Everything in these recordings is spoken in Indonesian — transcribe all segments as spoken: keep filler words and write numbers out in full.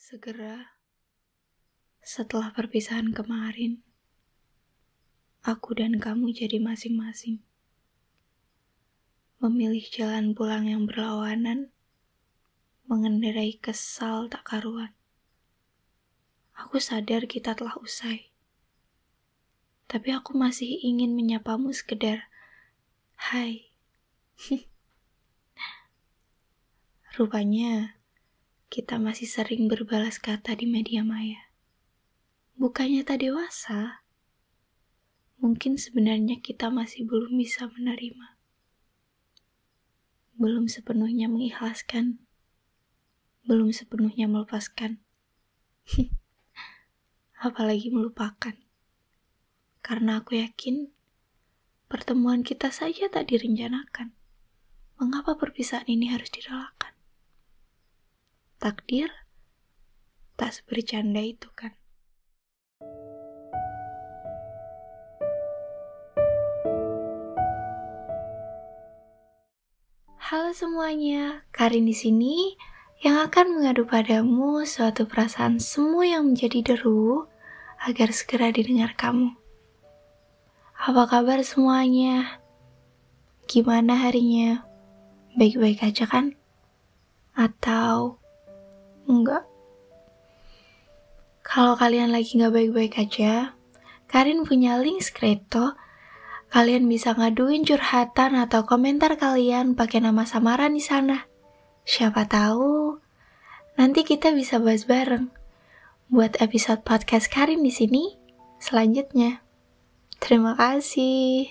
Segera, setelah perpisahan kemarin, aku dan kamu jadi masing-masing. Memilih jalan pulang yang berlawanan, mengendarai kesal tak karuan. Aku sadar kita telah usai. Tapi aku masih ingin menyapamu sekedar, hai. Rupanya, kita masih sering berbalas kata di media maya. Bukannya tak dewasa, mungkin sebenarnya kita masih belum bisa menerima. Belum sepenuhnya mengikhlaskan, belum sepenuhnya melepaskan. Apalagi melupakan. Karena aku yakin, pertemuan kita saja tak direncanakan. Mengapa perpisahan ini harus direlakan? Takdir tak sebercanda itu kan. Halo semuanya, Karin di sini yang akan mengadu padamu suatu perasaan semu yang menjadi deru agar segera didengar kamu. Apa kabar semuanya? Gimana harinya? Baik-baik aja kan? Atau enggak? Kalau kalian lagi gak baik-baik aja, Karin punya link Skripto. Kalian bisa ngaduin curhatan atau komentar kalian pakai nama samaran di sana. Siapa tahu nanti kita bisa bahas bareng buat episode podcast Karin di sini selanjutnya. Terima kasih.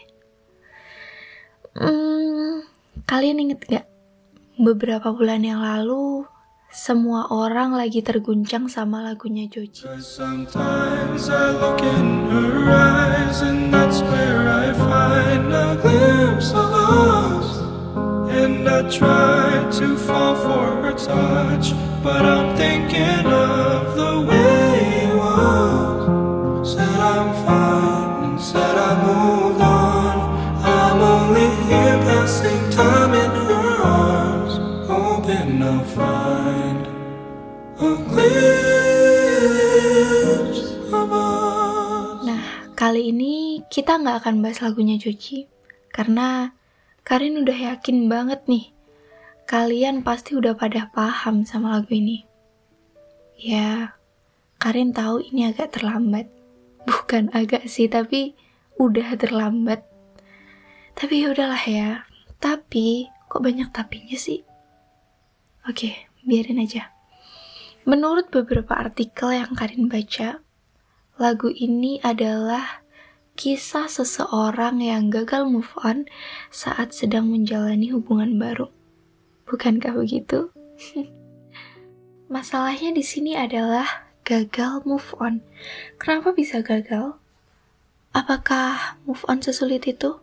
Hmm, kalian inget gak? Beberapa bulan yang lalu, semua orang lagi terguncang sama lagunya Joji. Sometimes I look in her eyes and that's where I find a glimpse of us. And I try to fall for her touch, but I'm thinking of the way it was. Said I'm fine and said I moved on. I'm only here passing time in her arms, hoping I'll find a glimpse of us. Nah, kali ini kita nggak akan bahas lagunya Joji, karena Karin udah yakin banget nih, kalian pasti udah pada paham sama lagu ini. Ya, Karin tahu ini agak terlambat. Bukan agak sih, tapi udah terlambat. Tapi ya udahlah ya. Tapi, kok banyak tapinya sih? Oke, biarin aja. Menurut beberapa artikel yang Karin baca, lagu ini adalah kisah seseorang yang gagal move on saat sedang menjalani hubungan baru. Bukankah begitu? Masalahnya di sini adalah gagal move on. Kenapa bisa gagal? Apakah move on sesulit itu?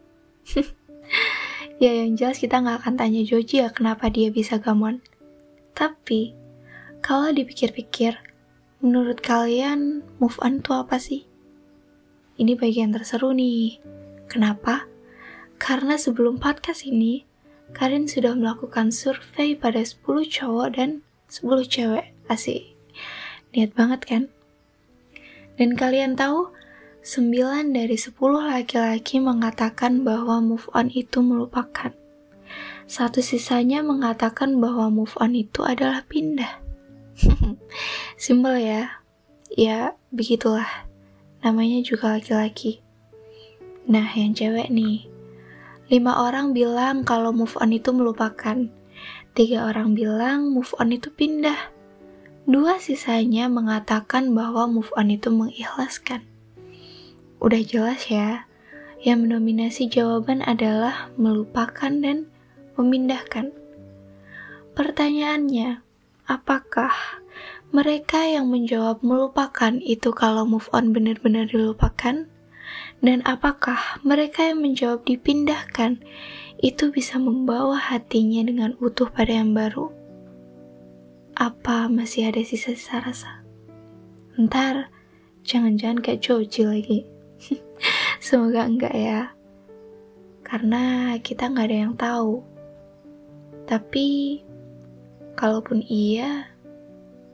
Ya yang jelas kita gak akan tanya Joji ya kenapa dia bisa gamon. Tapi, kalau dipikir-pikir, menurut kalian move on itu apa sih? Ini bagian terseru nih. Kenapa? Karena sebelum podcast ini, Karin sudah melakukan survei pada sepuluh cowok dan sepuluh cewek. Asik. Niat banget kan? Dan kalian tahu, sembilan dari sepuluh laki-laki mengatakan bahwa move on itu melupakan. Satu sisanya mengatakan bahwa move on itu adalah pindah. Simpel ya? Ya, begitulah. Namanya juga laki-laki. Nah, yang cewek nih. Lima orang bilang kalau move on itu melupakan. Tiga orang bilang move on itu pindah. Dua sisanya mengatakan bahwa move on itu mengikhlaskan. Udah jelas ya, yang mendominasi jawaban adalah melupakan dan memindahkan. Pertanyaannya, apakah mereka yang menjawab melupakan itu kalau move on benar-benar dilupakan? Dan apakah mereka yang menjawab dipindahkan itu bisa membawa hatinya dengan utuh pada yang baru? Apa masih ada sisa-sisa rasa? Ntar, jangan-jangan kayak Joji lagi. Semoga enggak ya. Karena kita nggak ada yang tahu. Tapi, kalaupun iya,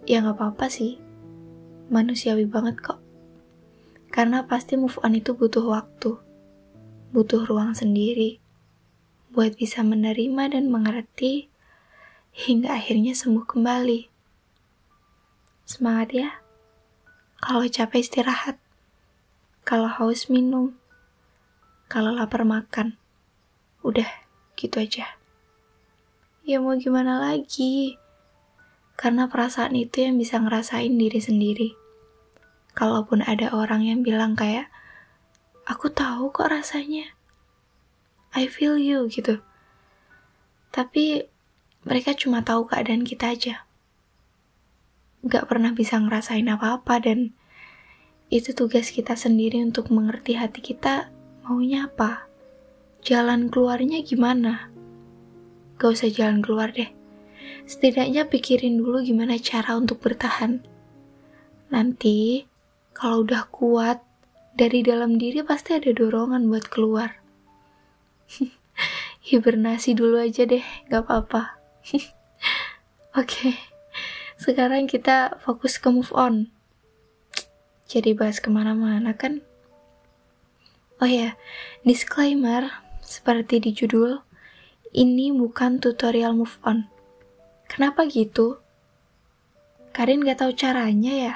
ya gak apa-apa sih. Manusiawi banget kok. Karena pasti move on itu butuh waktu. Butuh ruang sendiri. Buat bisa menerima dan mengerti hingga akhirnya sembuh kembali. Semangat ya. Kalau capek istirahat. Kalau haus minum. Kalau lapar makan. Udah, gitu aja. Ya mau gimana lagi? Karena perasaan itu yang bisa ngerasain diri sendiri. Kalaupun ada orang yang bilang kayak, aku tahu kok rasanya. I feel you gitu. Tapi mereka cuma tahu keadaan kita aja. Gak pernah bisa ngerasain apa-apa dan itu tugas kita sendiri untuk mengerti hati kita maunya apa. Jalan keluarnya gimana? Gak usah jalan keluar deh. Setidaknya pikirin dulu gimana cara untuk bertahan. Nanti, kalau udah kuat, dari dalam diri pasti ada dorongan buat keluar. Hibernasi dulu aja deh, gak apa-apa. Oke, sekarang kita fokus ke move on. Jadi bahas kemana-mana kan? Oh ya, disclaimer, seperti di judul, ini bukan tutorial move on. Kenapa gitu? Karin gak tahu caranya ya?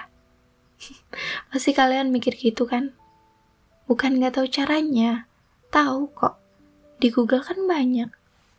Pasti kalian mikir gitu kan? Bukan gak tahu caranya, tahu kok. Di Google kan banyak.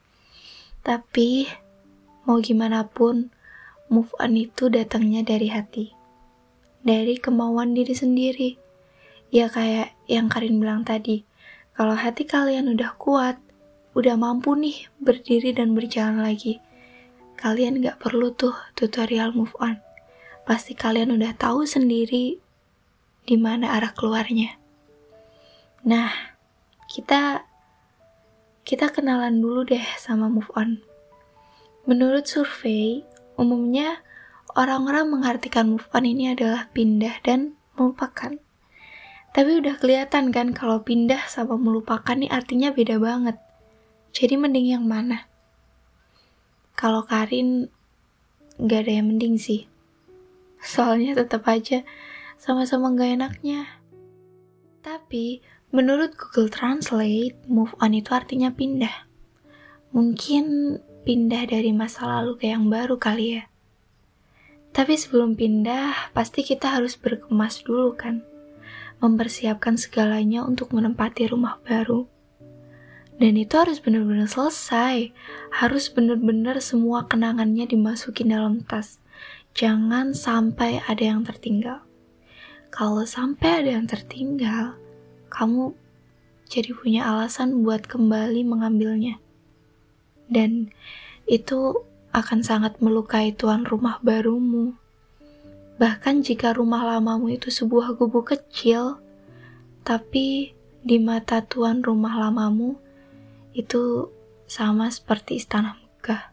Tapi, mau gimana pun, move on itu datangnya dari hati. Dari kemauan diri sendiri. Ya kayak yang Karin bilang tadi, kalau hati kalian udah kuat, udah mampu nih berdiri dan berjalan lagi, kalian gak perlu tuh tutorial move on. Pasti kalian udah tahu sendiri di mana arah keluarnya. Nah, kita kita kenalan dulu deh sama move on. Menurut survei, umumnya orang-orang mengartikan move on ini adalah pindah dan melupakan. Tapi udah kelihatan kan kalau pindah sama melupakan nih artinya beda banget. Jadi mending yang mana? Kalau Karin, gak ada yang mending sih. Soalnya tetap aja sama-sama gak enaknya. Tapi, menurut Google Translate, move on itu artinya pindah. Mungkin pindah dari masa lalu ke yang baru kali ya. Tapi sebelum pindah, pasti kita harus berkemas dulu kan. Mempersiapkan segalanya untuk menempati rumah baru. Dan itu harus benar-benar selesai. Harus benar-benar semua kenangannya dimasukin dalam tas. Jangan sampai ada yang tertinggal. Kalau sampai ada yang tertinggal, kamu jadi punya alasan buat kembali mengambilnya. Dan itu akan sangat melukai tuan rumah barumu. Bahkan jika rumah lamamu itu sebuah gubuk kecil, tapi di mata tuan rumah lamamu itu sama seperti istana megah.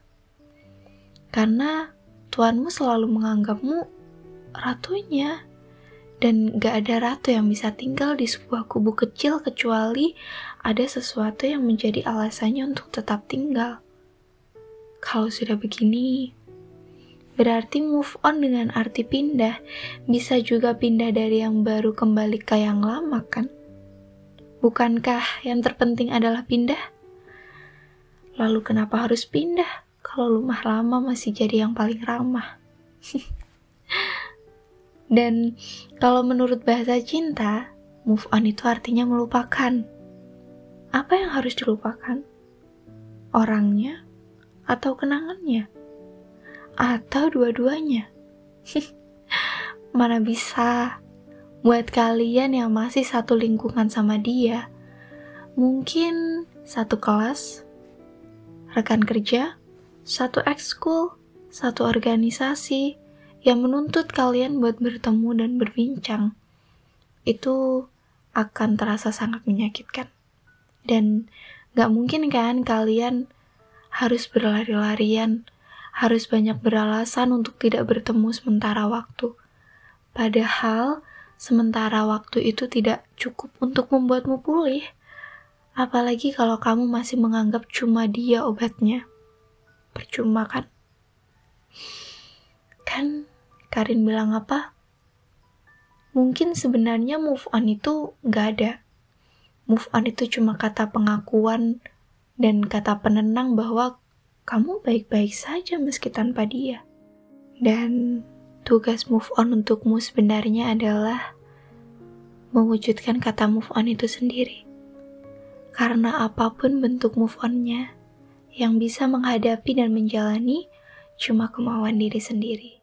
Karena tuanmu selalu menganggapmu ratunya, dan gak ada ratu yang bisa tinggal di sebuah gubuk kecil kecuali ada sesuatu yang menjadi alasannya untuk tetap tinggal. Kalau sudah begini, berarti move on dengan arti pindah bisa juga pindah dari yang baru kembali ke yang lama kan? Bukankah yang terpenting adalah pindah? Lalu kenapa harus pindah kalau rumah lama masih jadi yang paling ramah? Dan kalau menurut bahasa cinta, move on itu artinya melupakan. Apa yang harus dilupakan? Orangnya? Atau kenangannya? Atau dua-duanya? Mana bisa. Buat kalian yang masih satu lingkungan sama dia, mungkin satu kelas, rekan kerja, satu ekskul, satu organisasi yang menuntut kalian buat bertemu dan berbincang, itu akan terasa sangat menyakitkan. Dan gak mungkin kan kalian harus berlari-larian, harus banyak beralasan untuk tidak bertemu sementara waktu. Padahal, sementara waktu itu tidak cukup untuk membuatmu pulih. Apalagi kalau kamu masih menganggap cuma dia obatnya. Percuma kan? Kan Karin bilang apa? Mungkin sebenarnya move on itu gak ada. Move on itu cuma kata pengakuan dan kata penenang bahwa kamu baik-baik saja meski tanpa dia. Dan tugas move on untukmu sebenarnya adalah mewujudkan kata move on itu sendiri. Karena apapun bentuk move on-nya, yang bisa menghadapi dan menjalani cuma kemauan diri sendiri.